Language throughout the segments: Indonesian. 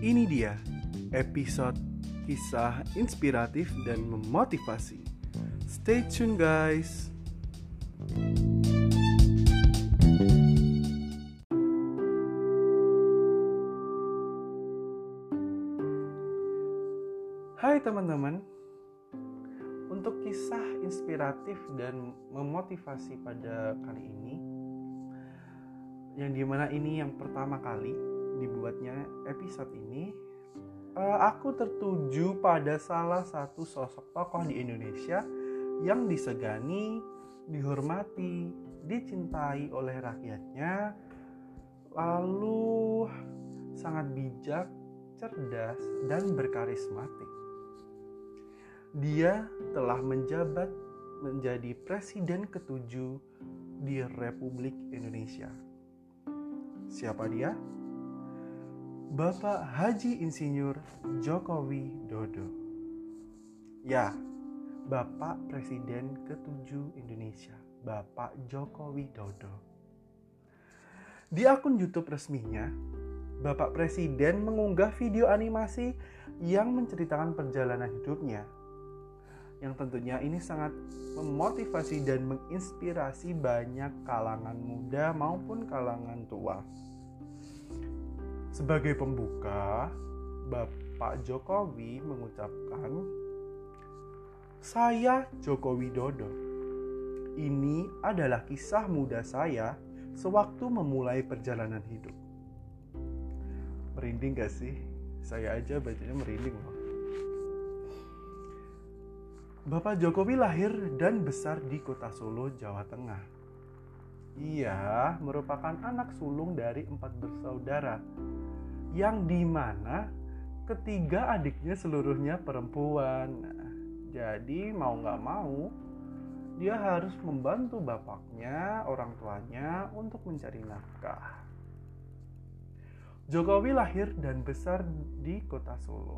Ini dia episode kisah inspiratif dan memotivasi. Stay tune guys. Hai teman-teman. Untuk kisah inspiratif dan memotivasi pada kali ini, yang dimana ini yang pertama kali dibuatnya episode ini, aku tertuju pada salah satu sosok tokoh di Indonesia yang disegani, dihormati, dicintai oleh rakyatnya, lalu sangat bijak, cerdas, dan berkarismatik. Dia telah menjabat menjadi presiden ke-7 di Republik Indonesia. Siapa dia? Bapak Haji Insinyur Joko Widodo. Ya, Bapak Presiden ke-7 Indonesia, Bapak Joko Widodo. Di akun YouTube resminya, Bapak Presiden mengunggah video animasi yang menceritakan perjalanan hidupnya, yang tentunya ini sangat memotivasi dan menginspirasi banyak kalangan muda maupun kalangan tua. Sebagai pembuka, Bapak Jokowi mengucapkan, "Saya Joko Widodo. Ini adalah kisah muda saya sewaktu memulai perjalanan hidup." Merinding gak sih? Saya aja bacanya merinding loh. Bapak Jokowi lahir dan besar di Kota Solo, Jawa Tengah. Ia merupakan anak sulung dari 4 bersaudara, yang dimana ketiga adiknya seluruhnya perempuan. Jadi mau gak mau, dia harus membantu bapaknya, orang tuanya untuk mencari nafkah. Jokowi lahir dan besar di Kota Solo.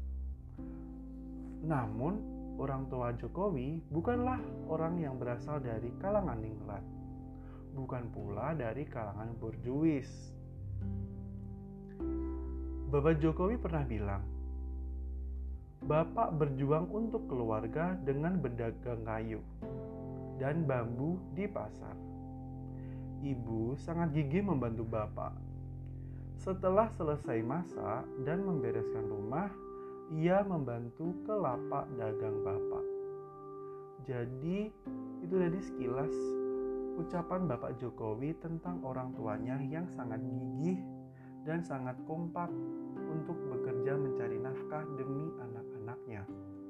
Namun, orang tua Jokowi bukanlah orang yang berasal dari kalangan ningrat, bukan pula dari kalangan borjuis. Bapak Jokowi pernah bilang, "Bapak berjuang untuk keluarga dengan berdagang kayu dan bambu di pasar. Ibu sangat gigih membantu Bapak. Setelah selesai masak dan membereskan rumah, ia membantu ke lapak dagang Bapak." Jadi itu tadi sekilas ucapan Bapak Jokowi tentang orang tuanya yang sangat gigih dan sangat kompak untuk bekerja mencari nafkah demi anak-anaknya.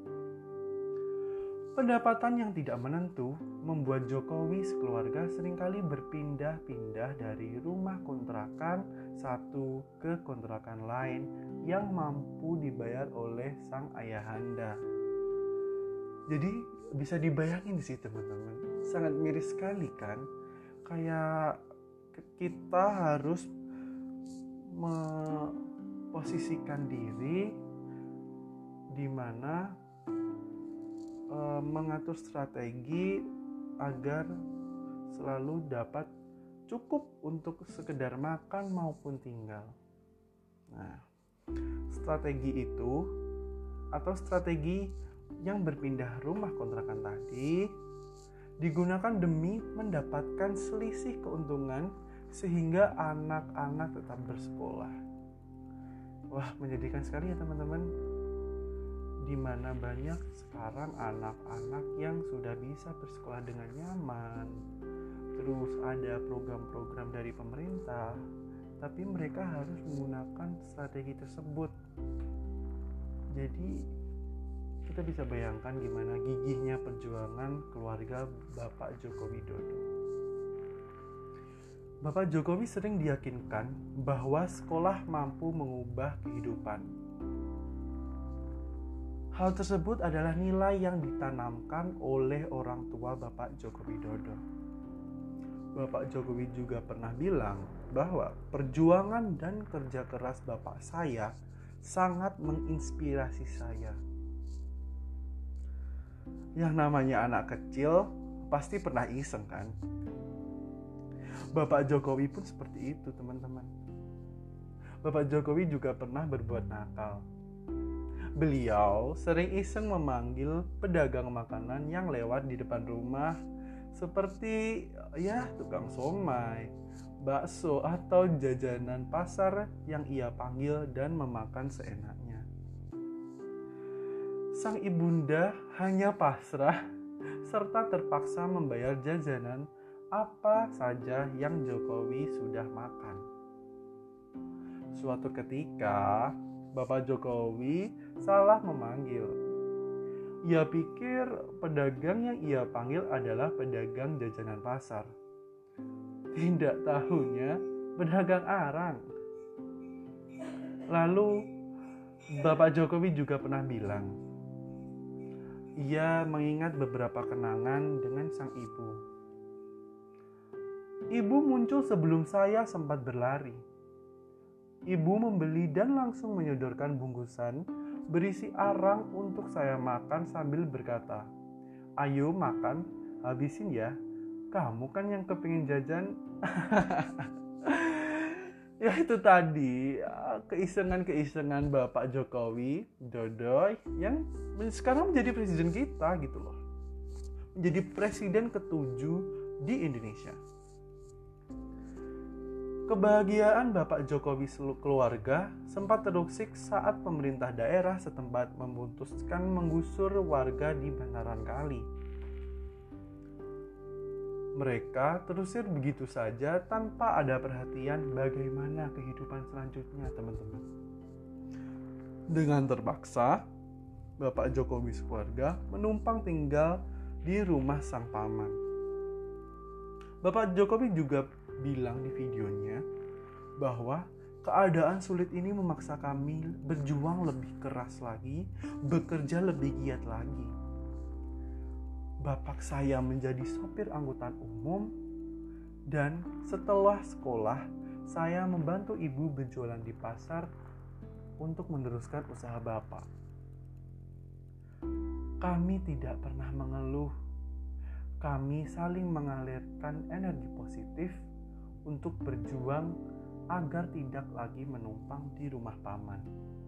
Pendapatan yang tidak menentu membuat Jokowi sekeluarga seringkali berpindah-pindah dari rumah kontrakan satu ke kontrakan lain yang mampu dibayar oleh sang ayahanda. Jadi bisa dibayangin sih teman-teman, sangat miris sekali kan? Kayak kita harus memposisikan diri di mana mengatur strategi agar selalu dapat cukup untuk sekedar makan maupun tinggal. Nah, strategi itu atau strategi yang berpindah rumah kontrakan tadi digunakan demi mendapatkan selisih keuntungan sehingga anak-anak tetap bersekolah. Wah, menyedihkan sekali ya teman-teman. Di mana banyak sekarang anak-anak yang sudah bisa bersekolah dengan nyaman. Terus ada program-program dari pemerintah, tapi mereka harus menggunakan strategi tersebut. Jadi kita bisa bayangkan gimana gigihnya perjuangan keluarga Bapak Joko Widodo. Bapak Jokowi sering diyakinkan bahwa sekolah mampu mengubah kehidupan. Hal tersebut adalah nilai yang ditanamkan oleh orang tua Bapak Joko Widodo. Bapak Jokowi juga pernah bilang bahwa perjuangan dan kerja keras Bapak saya sangat menginspirasi saya. Yang namanya anak kecil pasti pernah iseng kan? Bapak Jokowi pun seperti itu teman-teman. Bapak Jokowi juga pernah berbuat nakal. Beliau sering iseng memanggil pedagang makanan yang lewat di depan rumah, seperti tukang somai, bakso, atau jajanan pasar yang ia panggil dan memakan seenaknya. Sang ibunda hanya pasrah serta terpaksa membayar jajanan apa saja yang Jokowi sudah makan. Suatu ketika, Bapak Jokowi salah memanggil. Ia pikir pedagang yang ia panggil adalah pedagang jajanan pasar. Tidak tahunya pedagang arang. Lalu Bapak Jokowi juga pernah bilang, ia mengingat beberapa kenangan dengan sang ibu. Ibu muncul sebelum saya sempat berlari. Ibu membeli dan langsung menyodorkan bungkusan berisi arang untuk saya makan sambil berkata, "Ayo makan, habisin ya. Kamu kan yang kepingin jajan." Ya itu tadi keisengan-keisengan Bapak Jokowi Dodo yang sekarang menjadi presiden kita gitu loh. Menjadi presiden ke-7 di Indonesia. Kebahagiaan Bapak Jokowi seluruh keluarga sempat terusik saat pemerintah daerah setempat memutuskan menggusur warga di bantaran kali. Mereka terusir begitu saja tanpa ada perhatian bagaimana kehidupan selanjutnya, teman-teman. Dengan terpaksa, Bapak Jokowi sekeluarga menumpang tinggal di rumah sang paman. Bapak Jokowi juga bilang di videonya bahwa keadaan sulit ini memaksa kami berjuang lebih keras lagi, bekerja lebih giat lagi. Bapak saya menjadi sopir angkutan umum dan setelah sekolah saya membantu ibu berjualan di pasar untuk meneruskan usaha Bapak. Kami tidak pernah mengeluh. Kami saling mengalirkan energi positif untuk berjuang agar tidak lagi menumpang di rumah paman.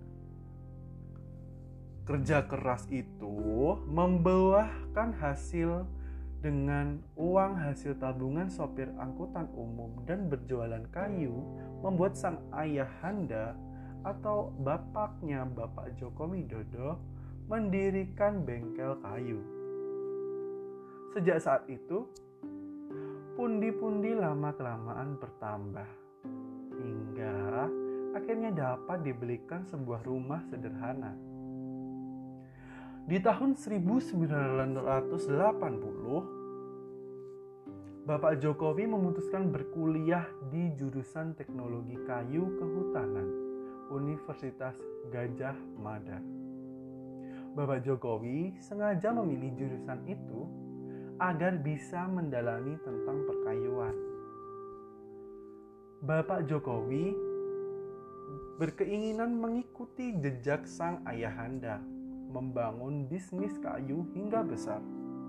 Kerja keras itu membuahkan hasil dengan uang hasil tabungan sopir angkutan umum dan berjualan kayu membuat sang ayahanda atau bapaknya Bapak Joko Widodo mendirikan bengkel kayu. Sejak saat itu, pundi-pundi lama-kelamaan bertambah, hingga akhirnya dapat dibelikan sebuah rumah sederhana. Di tahun 1980, Bapak Jokowi memutuskan berkuliah di jurusan Teknologi Kayu Kehutanan, Universitas Gadjah Mada. Bapak Jokowi sengaja memilih jurusan itu agar bisa mendalami tentang perkayuan. Bapak Jokowi berkeinginan mengikuti jejak sang ayahanda, membangun bisnis kayu hingga besar.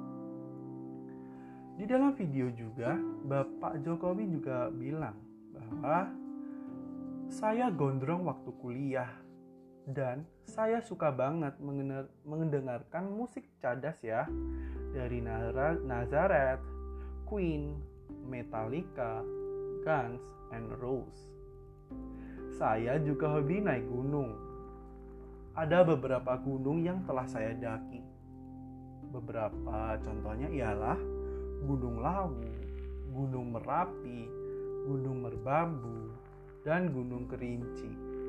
Di dalam video juga, Bapak Jokowi juga bilang bahwa saya gondrong waktu kuliah dan saya suka banget mendengarkan musik cadas ya, dari Nazareth, Queen, Metallica, Guns N' Roses. Saya juga hobi naik gunung. Ada beberapa gunung yang telah saya daki. Beberapa contohnya ialah Gunung Lawu, Gunung Merapi, Gunung Merbabu, dan Gunung Kerinci.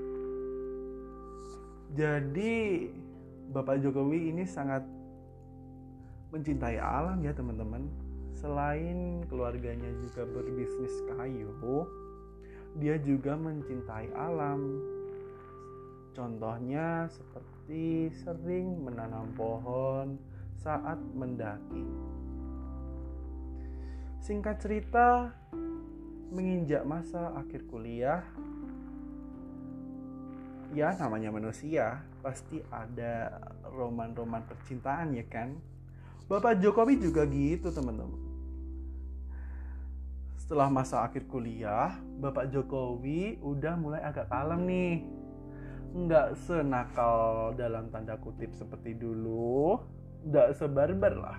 Jadi Bapak Jokowi ini sangat mencintai alam ya teman-teman. Selain keluarganya juga berbisnis kayu, dia juga mencintai alam. Contohnya seperti sering menanam pohon saat mendaki. Singkat cerita, menginjak masa akhir kuliah, ya namanya manusia, pasti ada roman-roman percintaan ya kan. Bapak Jokowi juga gitu teman-teman. Setelah masa akhir kuliah, Bapak Jokowi udah mulai agak kalem nih. Nggak senakal dalam tanda kutip seperti dulu, nggak sebarbar lah.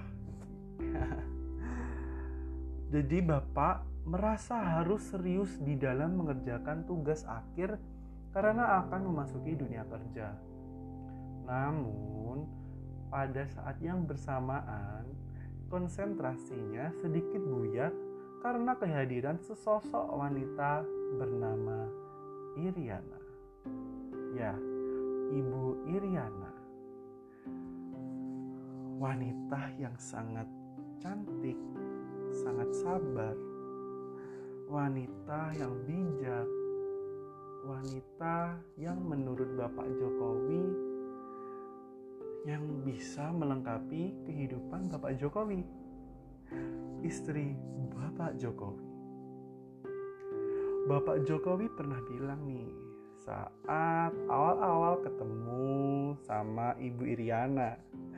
Jadi Bapak merasa harus serius di dalam mengerjakan tugas akhir karena akan memasuki dunia kerja. Namun, pada saat yang bersamaan, konsentrasinya sedikit buyar karena kehadiran sesosok wanita bernama Iriana. Ya, Ibu Iriana. Wanita yang sangat cantik, sangat sabar, wanita yang bijak, wanita yang menurut Bapak Jokowi yang bisa melengkapi kehidupan Bapak Jokowi, istri Bapak Jokowi. Bapak Jokowi pernah bilang nih, saat awal-awal ketemu sama Ibu Iriana,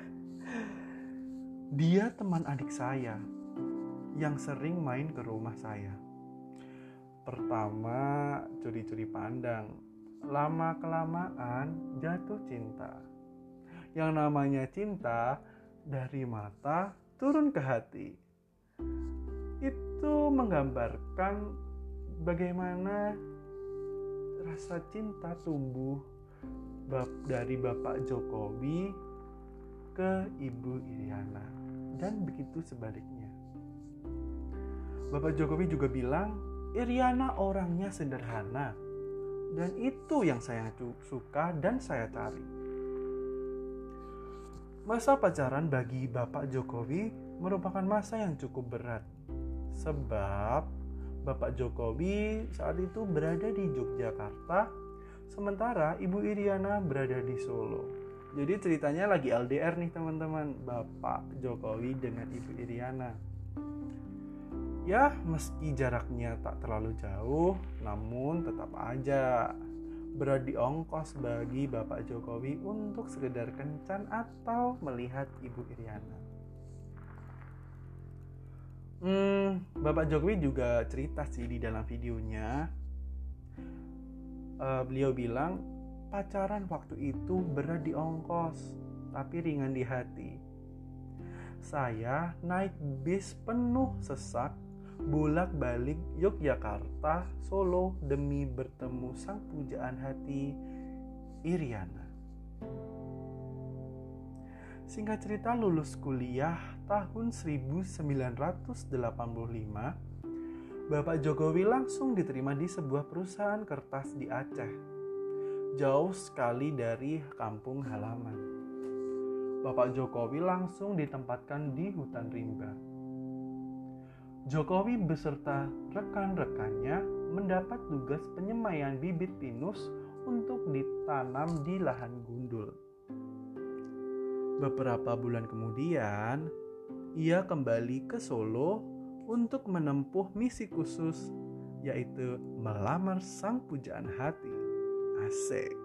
dia teman adik saya yang sering main ke rumah saya. Pertama curi-curi pandang, lama-kelamaan jatuh cinta. Yang namanya cinta dari mata turun ke hati. Itu menggambarkan bagaimana rasa cinta tumbuh dari Bapak Jokowi ke Ibu Iriana, dan begitu sebaliknya. Bapak Jokowi juga bilang, Iriana orangnya sederhana, dan itu yang saya suka dan saya cari. Masa pacaran bagi Bapak Jokowi merupakan masa yang cukup berat, sebab Bapak Jokowi saat itu berada di Yogyakarta, sementara Ibu Iriana berada di Solo. Jadi ceritanya lagi LDR nih teman-teman, Bapak Jokowi dengan Ibu Iriana. Ya, meski jaraknya tak terlalu jauh, namun tetap aja berat di ongkos bagi Bapak Jokowi untuk sekedar kencan atau melihat Ibu Iriana. Bapak Jokowi juga cerita sih di dalam videonya. Beliau bilang, pacaran waktu itu berat di ongkos, tapi ringan di hati. Saya naik bis penuh sesak, bolak-balik Yogyakarta, Solo demi bertemu sang pujaan hati, Iriana. Singkat cerita, lulus kuliah tahun 1985, Bapak Jokowi langsung diterima di sebuah perusahaan kertas di Aceh, jauh sekali dari kampung halaman. Bapak Jokowi langsung ditempatkan di hutan rimba. Jokowi beserta rekan-rekannya mendapat tugas penyemaian bibit pinus untuk ditanam di lahan gundul. Beberapa bulan kemudian, ia kembali ke Solo untuk menempuh misi khusus, yaitu melamar sang pujaan hati. Asik.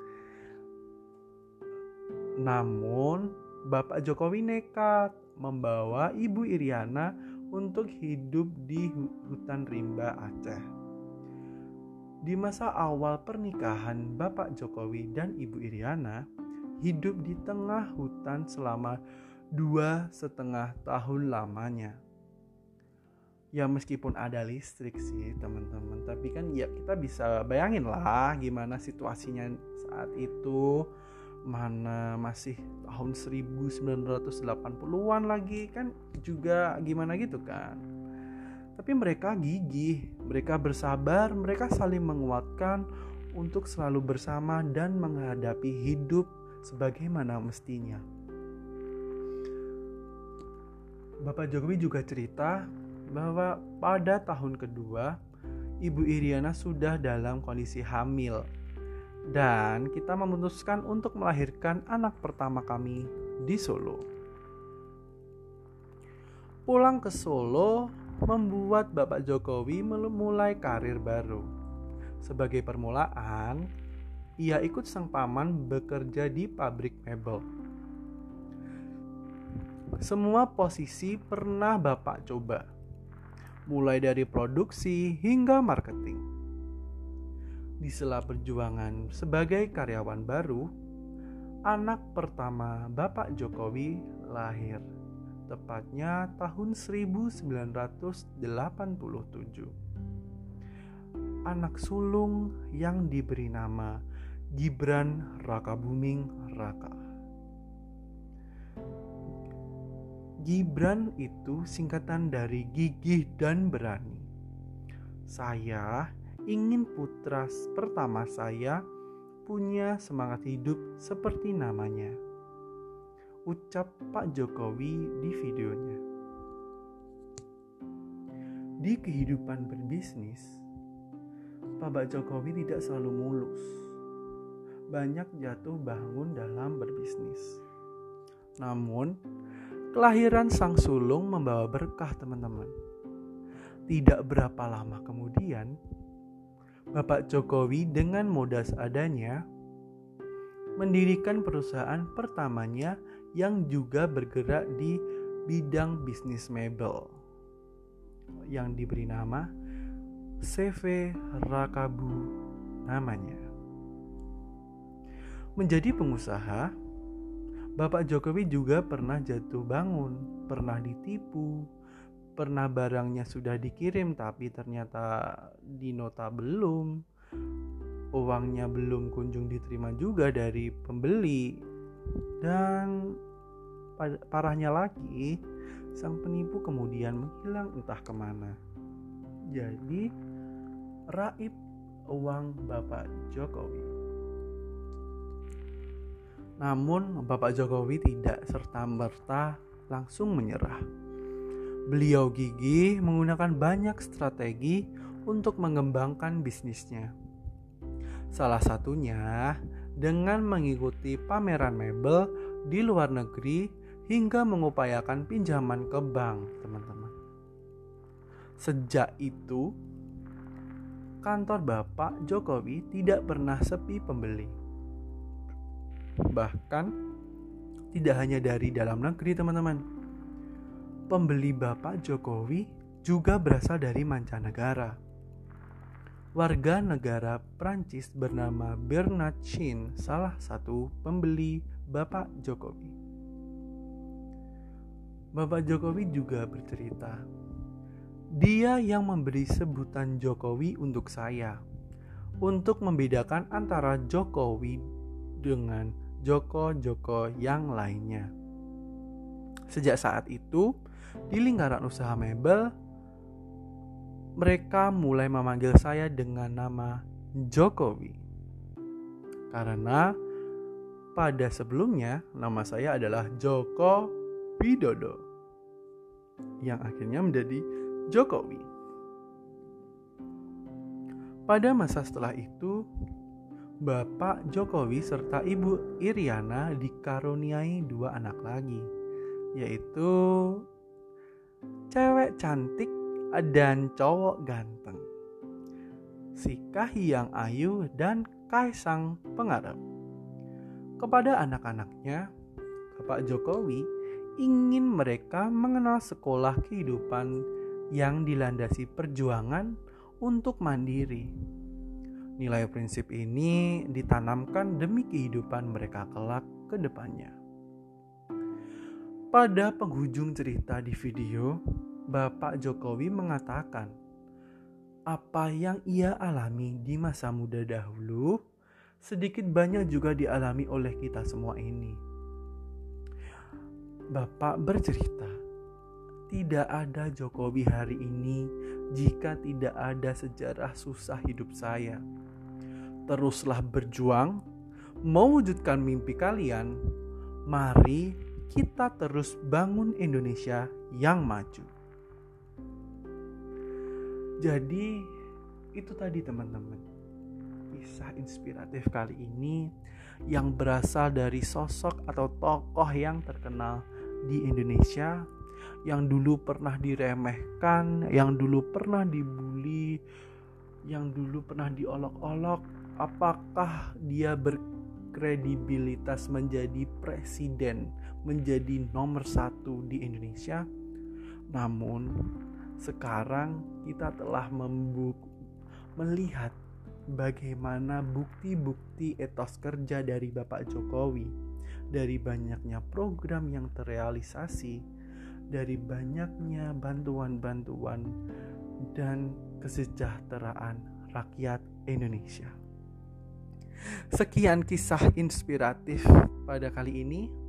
Namun, Bapak Jokowi nekat membawa Ibu Iriana untuk hidup di hutan rimba Aceh. Di masa awal pernikahan Bapak Jokowi dan Ibu Iriana, hidup di tengah hutan selama 2,5 tahun lamanya. Ya meskipun ada listrik sih teman-teman, tapi kan ya kita bisa bayangin lah gimana situasinya saat itu, mana masih tahun 1980-an lagi kan, juga gimana gitu kan. Tapi mereka gigih, mereka bersabar, mereka saling menguatkan untuk selalu bersama dan menghadapi hidup sebagaimana mestinya. Bapak Jokowi juga cerita bahwa pada tahun kedua, Ibu Iriana sudah dalam kondisi hamil. Dan kita memutuskan untuk melahirkan anak pertama kami di Solo. Pulang ke Solo membuat Bapak Jokowi memulai karir baru. Sebagai permulaan, ia ikut sang paman bekerja di pabrik mebel. Semua posisi pernah Bapak coba. mulai dari produksi hingga marketing. Di sela perjuangan sebagai karyawan baru, anak pertama Bapak Jokowi lahir, tepatnya tahun 1987. Anak sulung yang diberi nama Gibran Rakabuming Raka. Gibran itu singkatan dari gigih dan berani. Saya ingin putra pertama saya punya semangat hidup seperti namanya, ucap Pak Jokowi di videonya. Di kehidupan berbisnis, Pak Jokowi tidak selalu mulus. Banyak jatuh bangun dalam berbisnis. Namun, kelahiran sang sulung membawa berkah, teman-teman. Tidak berapa lama kemudian, Bapak Jokowi dengan modal seadanya mendirikan perusahaan pertamanya yang juga bergerak di bidang bisnis mebel yang diberi nama CV Rakabu namanya. Menjadi pengusaha, Bapak Jokowi juga pernah jatuh bangun, pernah ditipu, pernah barangnya sudah dikirim tapi ternyata dinota belum, uangnya belum kunjung diterima juga dari pembeli, dan parahnya lagi, sang penipu kemudian menghilang entah kemana. Jadi raib uang Bapak Jokowi. Namun Bapak Jokowi tidak serta-merta langsung menyerah. Beliau gigih menggunakan banyak strategi untuk mengembangkan bisnisnya. Salah satunya dengan mengikuti pameran mebel di luar negeri hingga mengupayakan pinjaman ke bank, teman-teman. Sejak itu, kantor Bapak Jokowi tidak pernah sepi pembeli. Bahkan tidak hanya dari dalam negeri, teman-teman. Pembeli Bapak Jokowi juga berasal dari mancanegara. Warga negara Prancis bernama Bernard Chin, salah satu pembeli Bapak Jokowi. Bapak Jokowi juga bercerita, dia yang memberi sebutan Jokowi untuk saya, untuk membedakan antara Jokowi dengan Joko yang lainnya. Sejak saat itu, di lingkaran usaha mebel, mereka mulai memanggil saya dengan nama Jokowi. Karena pada sebelumnya nama saya adalah Joko Widodo, yang akhirnya menjadi Jokowi. Pada masa setelah itu, Bapak Jokowi serta Ibu Iriana dikaruniai 2 anak lagi, yaitu cewek cantik dan cowok ganteng, si Kahiyang Ayu dan Kaisang Pangarep. Kepada anak-anaknya, Bapak Jokowi ingin mereka mengenal sekolah kehidupan yang dilandasi perjuangan untuk mandiri. Nilai prinsip ini ditanamkan demi kehidupan mereka kelak ke depannya. Pada penghujung cerita di video, Bapak Jokowi mengatakan apa yang ia alami di masa muda dahulu sedikit banyak juga dialami oleh kita semua ini. Bapak bercerita, tidak ada Jokowi hari ini jika tidak ada sejarah susah hidup saya. Teruslah berjuang, mewujudkan mimpi kalian. Mari kita terus bangun Indonesia yang maju. Jadi itu tadi, teman-teman, kisah inspiratif kali ini yang berasal dari sosok atau tokoh yang terkenal di Indonesia, yang dulu pernah diremehkan, yang dulu pernah dibully, yang dulu pernah diolok-olok. Apakah dia berkredibilitas menjadi presiden, menjadi nomor 1 di Indonesia? Namun Sekarang kita telah melihat bagaimana bukti-bukti etos kerja dari Bapak Jokowi, dari banyaknya program yang terrealisasi, dari banyaknya bantuan-bantuan dan kesejahteraan rakyat Indonesia. Sekian kisah inspiratif pada kali ini.